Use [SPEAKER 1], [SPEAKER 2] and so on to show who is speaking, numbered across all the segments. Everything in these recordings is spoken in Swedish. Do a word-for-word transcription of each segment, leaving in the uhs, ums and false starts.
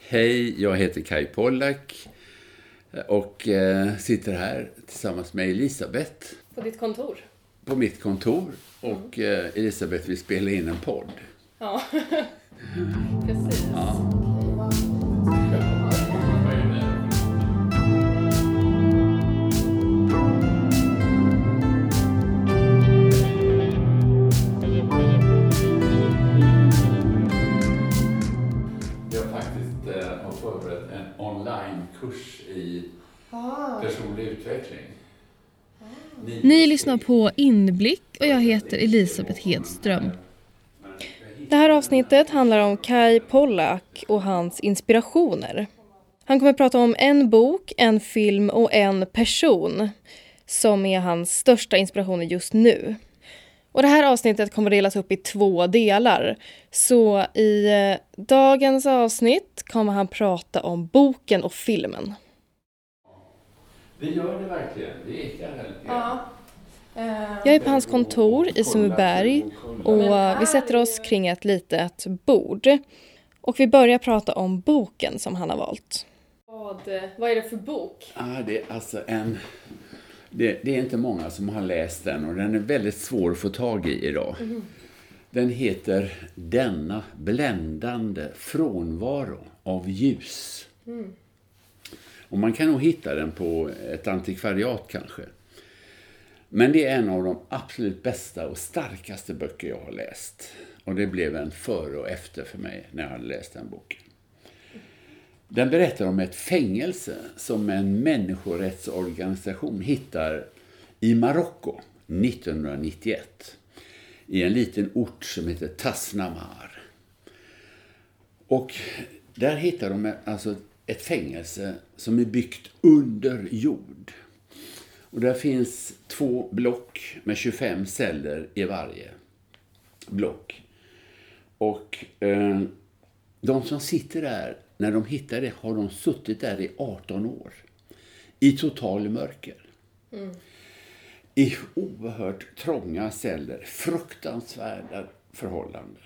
[SPEAKER 1] Hej, jag heter Kai Pollak och eh, sitter här tillsammans med Elisabeth.
[SPEAKER 2] På ditt kontor?
[SPEAKER 1] På mitt kontor. Och eh, Elisabeth vill spela in en podd.
[SPEAKER 2] Ja, precis.
[SPEAKER 1] Ja. Kurs i personlig utveckling.
[SPEAKER 2] Ni, Ni lyssnar på Inblick och jag heter Elisabeth Hedström. Det här avsnittet handlar om Kai Pollak och hans inspirationer. Han kommer att prata om en bok, en film och en person som är hans största inspirationer just nu. Och det här avsnittet kommer delas upp i två delar. Så i dagens avsnitt kommer han prata om boken och filmen.
[SPEAKER 1] Vi gör det verkligen. Vi ekar här lite.
[SPEAKER 2] Ja. Jag är på hans kontor i Sundbyberg och vi sätter oss kring ett litet bord. Och vi börjar prata om boken som han har valt. Vad, vad är det för bok?
[SPEAKER 1] Ah, det är alltså en... Det, det är inte många som har läst den och den är väldigt svår att få tag i idag. Mm. Den heter Denna bländande frånvaro av ljus. Mm. Och man kan nog hitta den på ett antikvariat kanske. Men det är en av de absolut bästa och starkaste böcker jag har läst. Och det blev en före och efter för mig när jag hade läst den boken. Den berättar om ett fängelse som en människorättsorganisation hittar i Marocko nittonhundranittioett. I en liten ort som heter Tasnamar. Och där hittar de alltså ett fängelse som är byggt under jord. Och där finns två block med tjugofem celler i varje block. Och eh, de som sitter där, när de hittar det, har de suttit där i arton år. I total mörker. Mm. I oerhört trånga celler. Fruktansvärda förhållanden.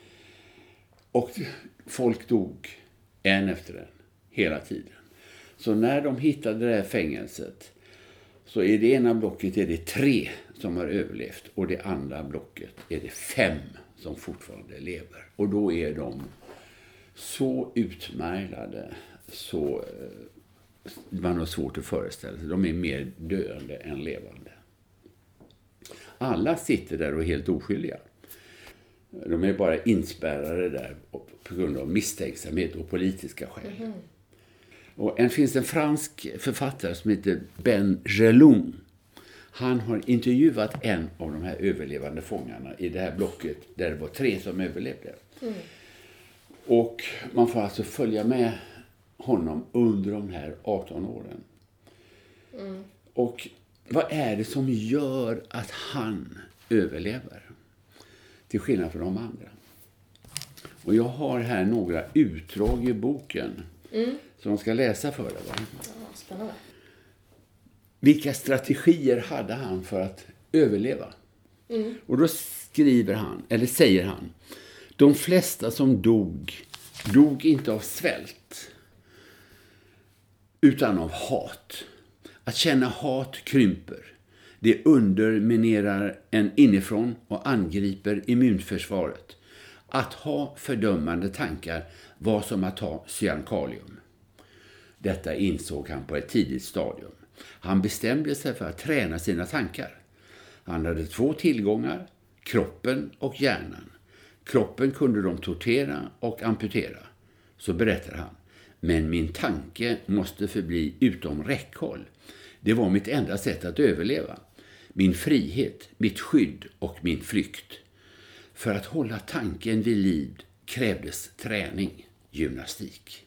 [SPEAKER 1] Och folk dog en efter en. Hela tiden. Så när de hittade det här fängelset, så i det ena blocket är det tre som har överlevt. Och det andra blocket är det fem som fortfarande lever. Och då är de så utmärglade, så man har svårt att föreställa sig. De är mer döende än levande. Alla sitter där och är helt oskyldiga. De är bara inspärrade där på grund av misstänksamhet och politiska skäl. Mm-hmm. Och en, finns en fransk författare som heter Ben Jelloun. Han har intervjuat en av de här överlevande fångarna i det här blocket där det var tre som överlevde. Mm. Och man får alltså följa med honom under de här arton åren. Mm. Och vad är det som gör att han överlever? Till skillnad från de andra. Och jag har här några utdrag i boken. Mm. Som ska läsa för dig. Va?
[SPEAKER 2] Ja, spännande.
[SPEAKER 1] Vilka strategier hade han för att överleva? Mm. Och då skriver han, eller säger han. De flesta som dog, dog inte av svält. Utan av hat. Att känna hat krymper. Det underminerar en inifrån och angriper immunförsvaret. Att ha fördömande tankar var som att ha cyankalium. Detta insåg han på ett tidigt stadium. Han bestämde sig för att träna sina tankar. Han hade två tillgångar, kroppen och hjärnan. Kroppen kunde de tortera och amputera. Så berättar han. Men min tanke måste förbli utom räckhåll. Det var mitt enda sätt att överleva. Min frihet, mitt skydd och min flykt. För att hålla tanken vid liv krävdes träning, gymnastik.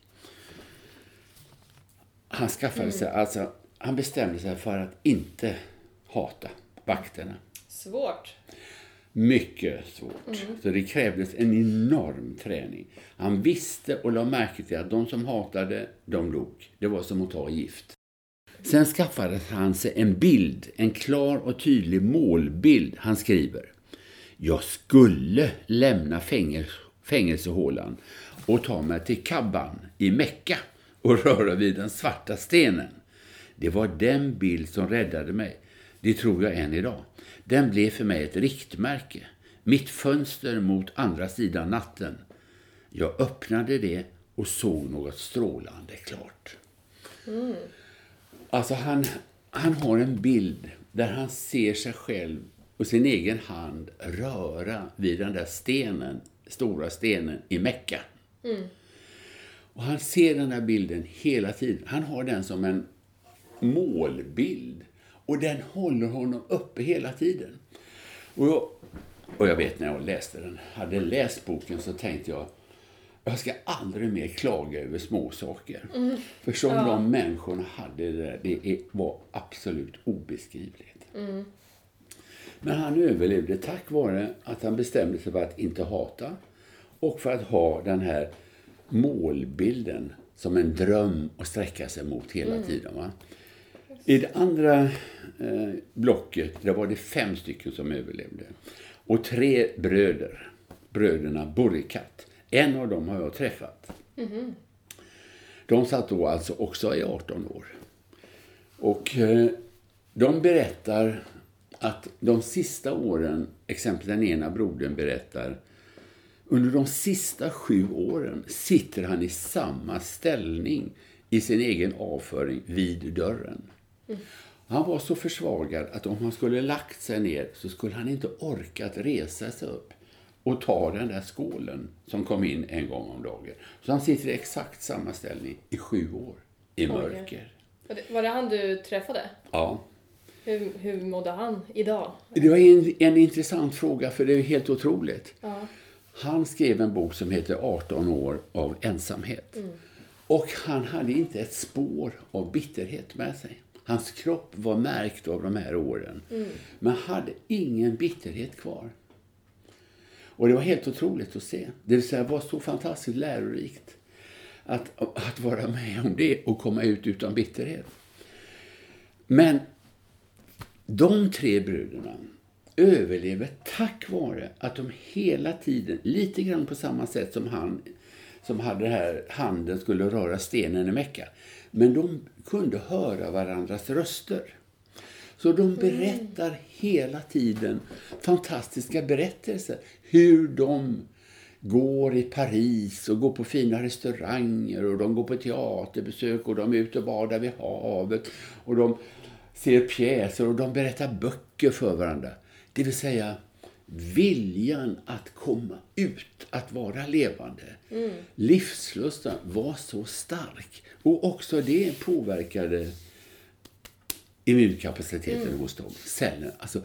[SPEAKER 1] Han skaffade sig, mm. alltså, han bestämde sig för att inte hata vakterna.
[SPEAKER 2] Svårt.
[SPEAKER 1] Mycket svårt. Mm. Så det krävdes en enorm träning. Han visste och la märke till att de som hatade, de dog. Det var som att ta gift. Sen skaffade han sig en bild, en klar och tydlig målbild. Han skriver: Jag skulle lämna fängelse, fängelsehålan och ta mig till Kabban i Mekka och röra vid den svarta stenen. Det var den bild som räddade mig. Det tror jag än idag. Den blev för mig ett riktmärke. Mitt fönster mot andra sidan natten. Jag öppnade det och såg något strålande klart. Mm. Alltså han, han har en bild där han ser sig själv och sin egen hand röra vid den där stenen, stora stenen i Mekka. Mm. Och han ser den där bilden hela tiden. Han har den som en målbild. Och den håller honom uppe hela tiden. Och jag, och jag vet när jag läste den, hade läst boken så tänkte jag, jag ska aldrig mer klaga över små saker. Mm. För som ja. de människorna hade det där, det var absolut obeskrivligt. Mm. Men han överlevde tack vare att han bestämde sig för att inte hata. Och för att ha den här målbilden som en dröm att sträcka sig mot hela mm. tiden. Va? I det andra eh, blocket där var det fem stycken som överlevde. Och tre bröder. Bröderna Burikat. En av dem har jag träffat. Mm. De satt då alltså också i arton år. Och eh, de berättar att de sista åren, exempelvis den ena brodern berättar, under de sista sju åren sitter han i samma ställning i sin egen avföring vid dörren. Mm. Han var så försvagad att om han skulle lagt sig ner så skulle han inte orkat resa sig upp och ta den där skålen som kom in en gång om dagen. Så han sitter i exakt samma ställning i sju år i mörker.
[SPEAKER 2] Var det, var det han du träffade?
[SPEAKER 1] Ja.
[SPEAKER 2] Hur, hur mådde han idag?
[SPEAKER 1] Det var en, en intressant fråga för det är helt otroligt.
[SPEAKER 2] Ja.
[SPEAKER 1] Han skrev en bok som heter arton år av ensamhet. Mm. Och han hade inte ett spår av bitterhet med sig. Hans kropp var märkt av de här åren. Mm. Men hade ingen bitterhet kvar. Och det var helt otroligt att se. Det vill säga, det var så fantastiskt lärorikt att, att vara med om det och komma ut utan bitterhet. Men de tre bröderna överlever tack vare att de hela tiden, lite grann på samma sätt som han som hade det här, handen skulle röra stenen i Mekka. Men de kunde höra varandras röster. Så de berättar mm. hela tiden fantastiska berättelser. Hur de går i Paris och går på fina restauranger och de går på teaterbesök och de är ute och badar vid havet och de ser pjäser och de berättar böcker för varandra. Det vill säga viljan att komma ut, att vara levande. Mm. Livslusten var så stark. Och också det påverkade immunkapaciteten mm. hos dem. Cellerna. Alltså,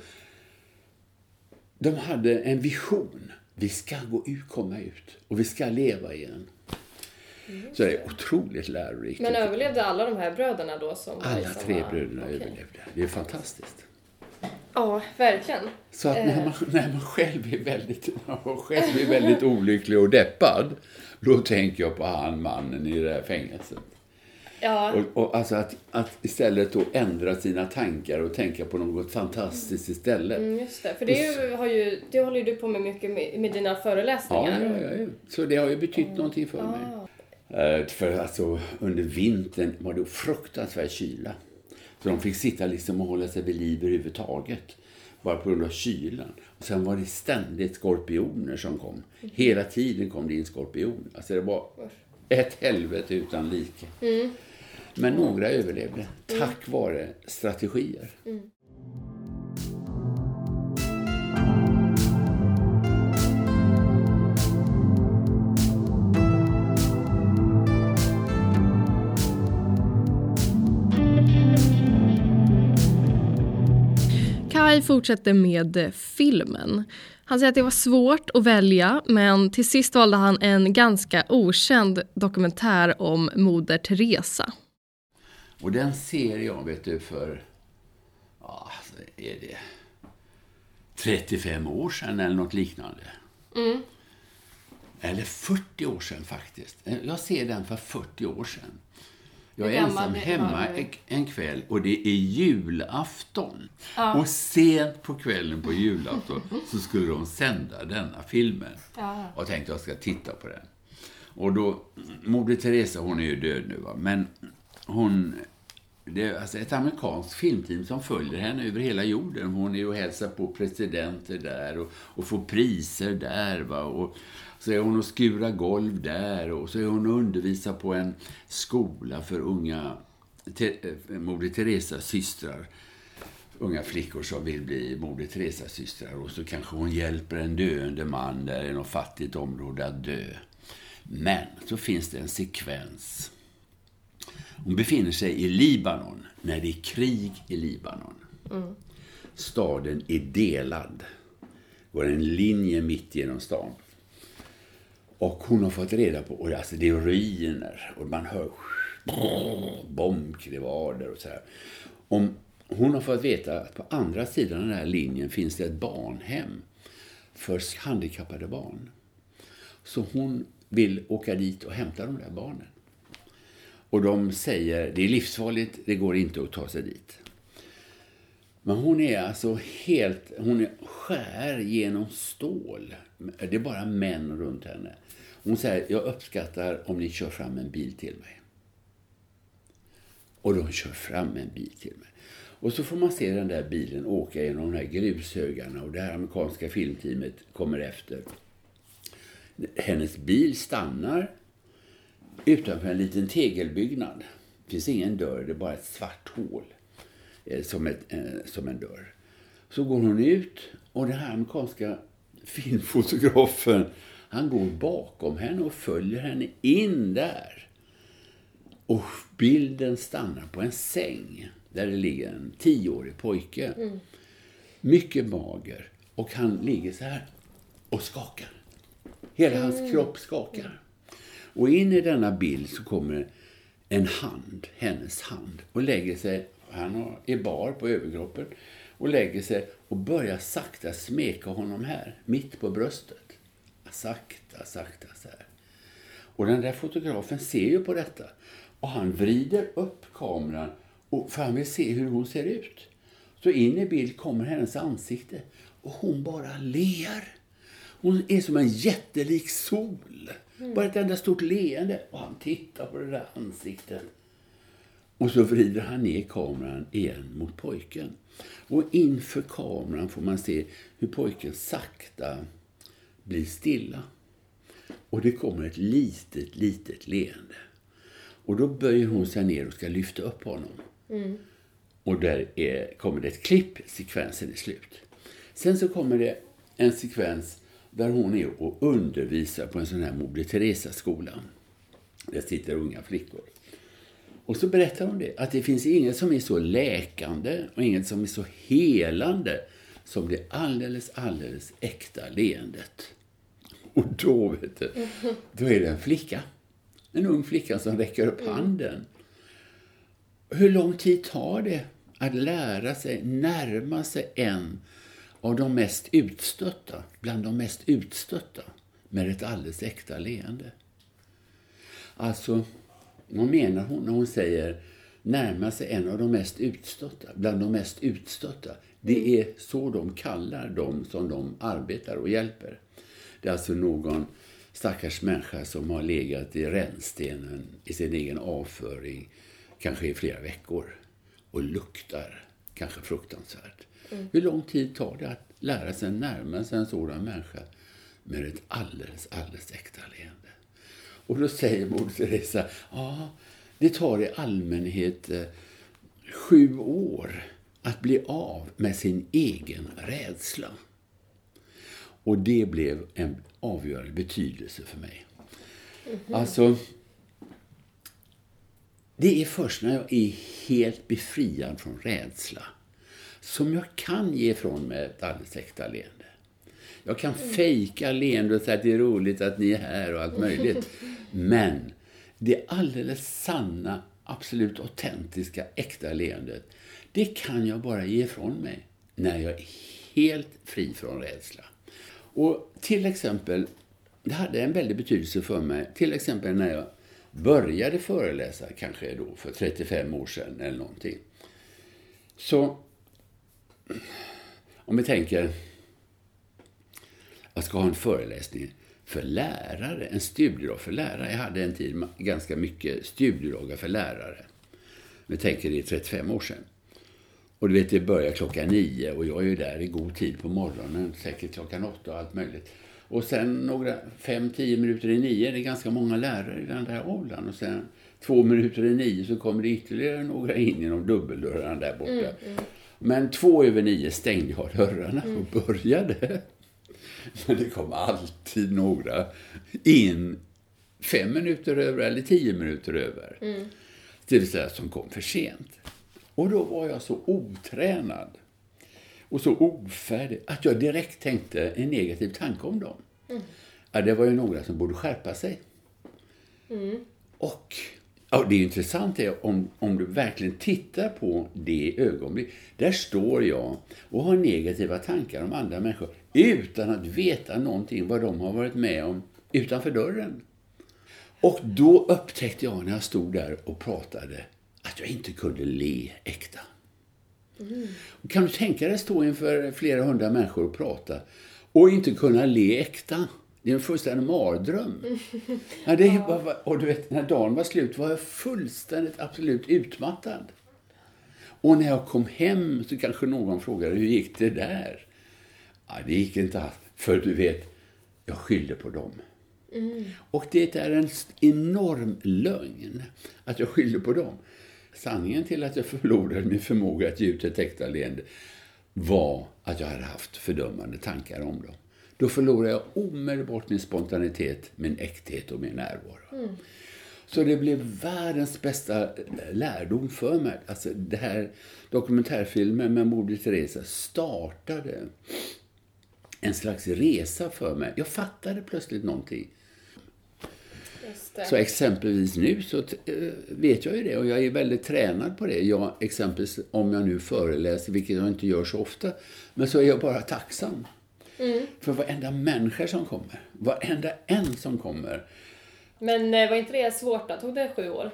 [SPEAKER 1] de hade en vision. Vi ska gå ut, komma ut. Och vi ska leva igen. Mm. Så det är otroligt lärorikt.
[SPEAKER 2] Men överlevde alla de här bröderna då? Som
[SPEAKER 1] alla tre samma... bröderna okay. överlevde. Det är fantastiskt.
[SPEAKER 2] Ja, verkligen.
[SPEAKER 1] Så att när man, när man själv är väldigt, när man själv är väldigt olycklig och deppad, då tänker jag på han mannen i det här fängelset.
[SPEAKER 2] Ja.
[SPEAKER 1] Och, och alltså att, att istället då ändra sina tankar och tänka på något fantastiskt istället.
[SPEAKER 2] Mm, just det, för det, är ju, har ju, det håller ju du på med mycket med, med dina föreläsningar.
[SPEAKER 1] Ja, ja, ja, så det har ju betytt mm. någonting för mig. Ah. För alltså under vintern var det fruktansvärt kyla. Så de fick sitta liksom och hålla sig vid liv överhuvudtaget. Bara på grund av kylan. Och sen var det ständigt skorpioner som kom. Mm. Hela tiden kom det in skorpioner. Alltså det var ett helvete utan like. Mm. Men några överlevde. Tack mm. vare strategier. Mm.
[SPEAKER 2] Kaj fortsätter med filmen. Han säger att det var svårt att välja, men till sist valde han en ganska okänd dokumentär om Moder Teresa.
[SPEAKER 1] Och den ser jag, vet du, för ja, är det trettiofem år sedan eller något liknande. Mm. Eller fyrtio år sedan faktiskt. Jag ser den för fyrtio år sedan. Jag är ensam hemma en kväll och det är julafton. Ja. Och sent på kvällen på julafton så skulle de sända denna filmen. Ja. Och tänkte jag ska titta på den. Och då, Moder Teresa, hon är ju död nu va, men hon, det är alltså ett amerikanskt filmteam som följer henne över hela jorden. Hon är ju och hälsar på presidenter där och, och får priser där va, och så är hon och skura golv där, och så är hon och undervisar på en skola för unga te, Moder Teresas systrar. Unga flickor som vill bli Moder Teresas systrar, och så kanske hon hjälper en döende man där i något fattigt område att dö. Men så finns det en sekvens. Hon befinner sig i Libanon när det är krig i Libanon. Mm. Staden är delad. Går en linje mitt genom stan. Och hon har fått reda på, och alltså det är ruiner och man hör bombkrevader och så här. Om hon har fått veta att på andra sidan den här linjen finns det ett barnhem för handikappade barn. Så hon vill åka dit och hämta de där barnen. Och de säger, det är livsfarligt, det går inte att ta sig dit. Men hon är alltså helt, hon är skär genom stål. Det är bara män runt henne. Hon säger, jag uppskattar om ni kör fram en bil till mig. Och de kör fram en bil till mig. Och så får man se den där bilen åka genom de här grushögarna, och det här amerikanska filmteamet kommer efter. Hennes bil stannar utanför en liten tegelbyggnad. Det finns ingen dörr, det är bara ett svart hål eh, som, ett, eh, som en dörr. Så går hon ut, och den här amerikanska filmfotografen, han går bakom henne och följer henne in där. Och bilden stannar på en säng där det ligger en tioårig pojke. Mm. Mycket mager. Och han ligger så här och skakar. Hela mm. hans kropp skakar. Och in i denna bild så kommer en hand, hennes hand, och lägger sig, han är bar på överkroppen, och lägger sig och börjar sakta smeka honom här, mitt på bröstet. Sakta, sakta så här. Och den där fotografen ser ju på detta. Och han vrider upp kameran, och för han vill se hur hon ser ut. Så in i bild kommer hennes ansikte, och hon bara ler. Hon är som en jättelik sol. Mm. Bara ett enda stort leende. Och han tittar på det där ansiktet. Och så vrider han ner kameran igen mot pojken. Och inför kameran får man se hur pojken sakta blir stilla. Och det kommer ett litet, litet leende. Och då böjer hon sig ner och ska lyfta upp honom. Mm. Och där är, kommer det ett klipp, sekvensen är slut. Sen så kommer det en sekvens där hon är och undervisar på en sån här Moder Teresa-skola. Där sitter unga flickor. Och så berättar hon det, att det finns inget som är så läkande och inget som är så helande som det alldeles, alldeles äkta leendet. Och då, vet du, då är det en flicka. En ung flicka som räcker upp handen. Hur lång tid tar det att lära sig närma sig en av de mest utstötta, bland de mest utstötta, med ett alldeles äkta leende? Alltså, vad menar hon när hon säger närma sig en av de mest utstötta, bland de mest utstötta? Det är så de kallar dem som de arbetar och hjälper. Det är alltså någon stackars människa som har legat i rännstenen i sin egen avföring kanske i flera veckor och luktar kanske fruktansvärt. Mm. Hur lång tid tar det att lära sig närma sig en sådan människa med ett alldeles, alldeles äkta leende? Och då säger Moder Teresa, ja, det tar i allmänhet eh, sju år att bli av med sin egen rädsla. Och det blev en avgörande betydelse för mig. Mm-hmm. Alltså, det är först när jag är helt befriad från rädsla som jag kan ge ifrån mig ett alldeles äkta leende. Jag kan mm. fejka leende och säga att det är roligt att ni är här och allt möjligt. Men det alldeles sanna, absolut autentiska, äkta leendet, det kan jag bara ge ifrån mig när jag är helt fri från rädsla. Och till exempel, det hade en väldig betydelse för mig, till exempel när jag började föreläsa, kanske då för trettiofem år sedan eller någonting. Så, om vi tänker, jag ska ha en föreläsning för lärare. En studiedag för lärare. Jag hade en tid ganska mycket studiedagar för lärare. Vi tänker det är trettiofem år sedan. Och du vet, det börjar klockan nio och jag är ju där i god tid på morgonen. Säkert klockan åtta och allt möjligt. Och sen några fem, tio minuter i nio, det är ganska många lärare i den där åldern. Och sen två minuter i nio så kommer det ytterligare några in genom dubbeldörrarna där borta. Mm, mm. Men två över nio stängde jag dörrarna mm. och började. Men det kom alltid några in fem minuter över eller tio minuter över. Mm. Det vill säga som kom för sent. Och då var jag så otränad och så ofärdig att jag direkt tänkte en negativ tanke om dem. Mm. Ja, det var ju några som borde skärpa sig. Mm. Och ja, det är intressant är om, om du verkligen tittar på det ögonblick. Där står jag och har negativa tankar om andra människor utan att veta någonting vad de har varit med om utanför dörren. Och då upptäckte jag när jag stod där och pratade att jag inte kunde le äkta. Mm. Kan du tänka dig stå inför flera hundra människor och prata och inte kunna le äkta? Det är en fullständig mardröm. Mm. Ja, det är bara, och du vet, när dagen var slut var jag fullständigt absolut utmattad. Och när jag kom hem så kanske någon frågade, hur gick det där? Ja, det gick inte alls. För du vet, jag skyllde på dem. Mm. Och det är en enorm lögn att jag skyllde på dem. Sanningen till att jag förlorade min förmåga att ge ut ett äkta leende var att jag hade haft fördömande tankar om dem. Då förlorade jag omedelbart min spontanitet, min äkthet och min närvaro. Mm. Så det blev världens bästa lärdom för mig. Alltså det här dokumentärfilmen med Moder Teresa startade en slags resa för mig. Jag fattade plötsligt någonting. Så exempelvis nu så t- vet jag ju det och jag är väldigt tränad på det. Jag, exempelvis om jag nu föreläser, vilket jag inte gör så ofta, men så är jag bara tacksam. Mm. För varenda människa som kommer, varenda en som kommer.
[SPEAKER 2] Men var inte det svårt då? Tog det sju år?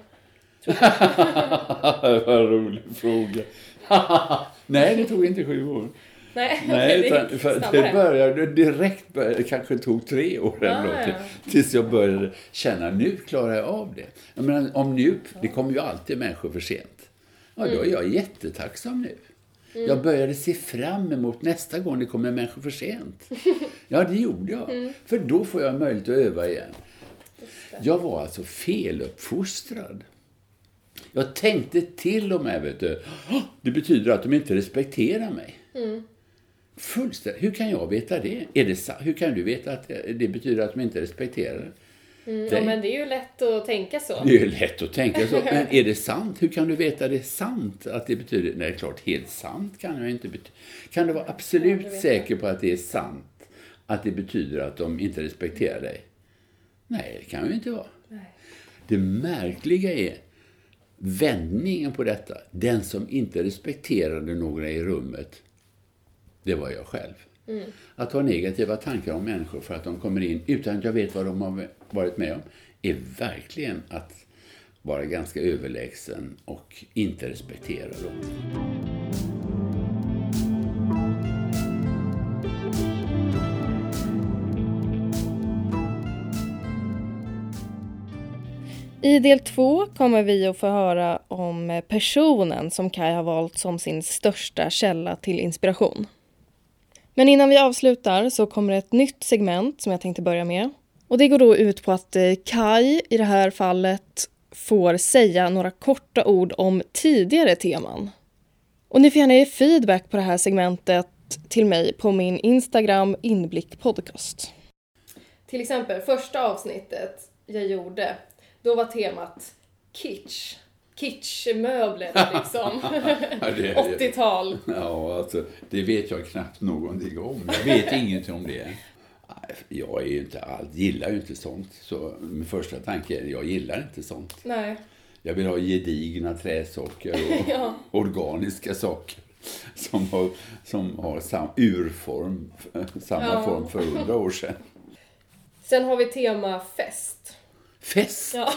[SPEAKER 1] Vad rolig fråga. Nej, det tog inte sju år.
[SPEAKER 2] Nej,
[SPEAKER 1] Nej
[SPEAKER 2] okay,
[SPEAKER 1] utan, för det började direkt, började, det kanske tog tre år eller ah, ja. Tills jag började känna, nu klarar jag av det. Jag menar, om nu, det kommer ju alltid människor för sent. Ja, då är jag jättetacksam nu. Mm. Jag började se fram emot nästa gång det kommer människor för sent. Ja, det gjorde jag. Mm. För då får jag möjlighet att öva igen. Jag var alltså feluppfostrad. Jag tänkte till och med, vet du, det betyder att de inte respekterar mig. Mm. Fullständigt. Hur kan jag veta det? Är det hur kan du veta att det betyder att de inte respekterar
[SPEAKER 2] mm, ja, men det är ju lätt att tänka så.
[SPEAKER 1] Det är ju lätt att tänka så. Men är det sant? Hur kan du veta det är sant? Att det betyder, nej, det är klart, helt sant kan jag inte betyda. Kan du vara absolut ja, säker på att det är sant? Att det betyder att de inte respekterar dig? Nej, det kan ju inte vara. Nej. Det märkliga är vändningen på detta. Den som inte respekterade några i rummet, det var jag själv. Mm. Att ha negativa tankar om människor för att de kommer in utan att jag vet vad de har varit med om är verkligen att vara ganska överlägsen och inte respektera dem.
[SPEAKER 2] I del två kommer vi att få höra om personen som Kaj har valt som sin största källa till inspiration. Men innan vi avslutar så kommer ett nytt segment som jag tänkte börja med. Och det går då ut på att Kaj i det här fallet får säga några korta ord om tidigare teman. Och ni får gärna ge feedback på det här segmentet till mig på min Instagram Inblick podcast. Till exempel första avsnittet jag gjorde, då var temat kitsch. Kitschmöbler liksom. Ja, det, åttiotal.
[SPEAKER 1] Ja, alltså, det vet jag knappt någonting om. Jag vet ingenting om det. Jag är ju inte allt, gillar ju inte sånt. Så min första tanke är, jag gillar inte sånt.
[SPEAKER 2] Nej.
[SPEAKER 1] Jag vill ha gedigna träsaker och ja. organiska saker. Som har, som har sam, urform, samma ja. form för hundra år sedan.
[SPEAKER 2] Sen har vi tema fest.
[SPEAKER 1] Fest? Ja.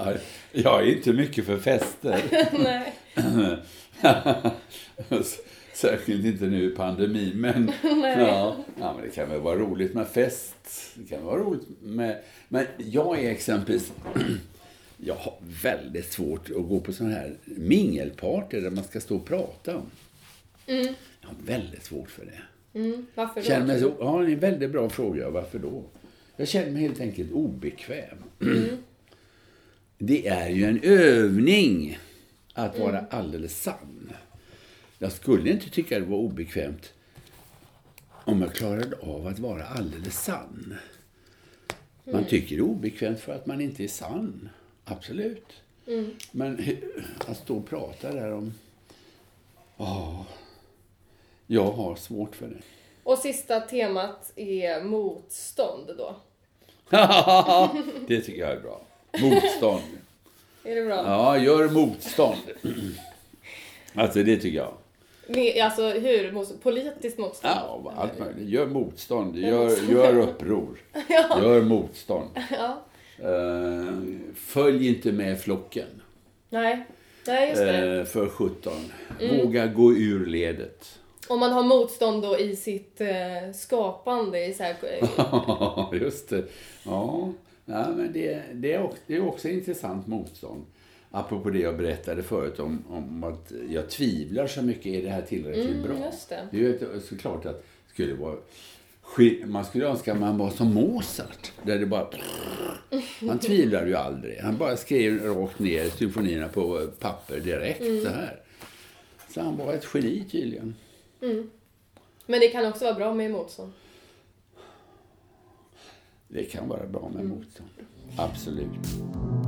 [SPEAKER 1] Jag är inte mycket för fester.
[SPEAKER 2] Nej.
[SPEAKER 1] Särskilt inte nu i pandemin, men, ja, ja, men det kan väl vara roligt med fest. Det kan vara roligt med... Men jag är exempelvis... Jag har väldigt svårt att gå på sån här mingelparty där man ska stå och prata. Mm. Jag har väldigt svårt för det.
[SPEAKER 2] Mm. Varför då?
[SPEAKER 1] Känner mig så, ja, det är en väldigt bra fråga. Varför då? Jag känner mig helt enkelt obekväm. Mm. Det är ju en övning att vara mm. alldeles sann. Jag skulle inte tycka det var obekvämt om jag klarade av att vara alldeles sann. Man mm. tycker det är obekvämt för att man inte är sann. Absolut. Mm. Men att stå och prata där om... Ja, jag har svårt för det.
[SPEAKER 2] Och sista temat är motstånd då.
[SPEAKER 1] Det tycker jag är bra. Motstånd.
[SPEAKER 2] Är det bra?
[SPEAKER 1] Ja, gör motstånd. Alltså det tycker jag.
[SPEAKER 2] Med, alltså hur? Politiskt motstånd?
[SPEAKER 1] Ja, allt möjligt. Gör motstånd. Gör, gör uppror. Ja. Gör motstånd. Ja. Uh, följ inte med flocken.
[SPEAKER 2] Nej, Nej just det.
[SPEAKER 1] Uh, för sjutton. Mm. Våga gå ur ledet.
[SPEAKER 2] Om man har motstånd då i sitt uh, skapande. I så här...
[SPEAKER 1] Ja, just det. Ja, ja men det, det, är också, det är också intressant motstånd. Apropå det jag berättade förut om, om att jag tvivlar så mycket, är det här tillräckligt
[SPEAKER 2] mm,
[SPEAKER 1] bra?
[SPEAKER 2] Just det.
[SPEAKER 1] Det är ju såklart att skulle vara, man skulle önska att man var som Mozart. Där det bara, han tvivlade ju aldrig. Han bara skrev rakt ner symfonierna på papper direkt mm. så här. Så han var ett geni tydligen.
[SPEAKER 2] Mm. Men det kan också vara bra med motstånd.
[SPEAKER 1] Det kan vara bra med mm. motstånd. Absolut.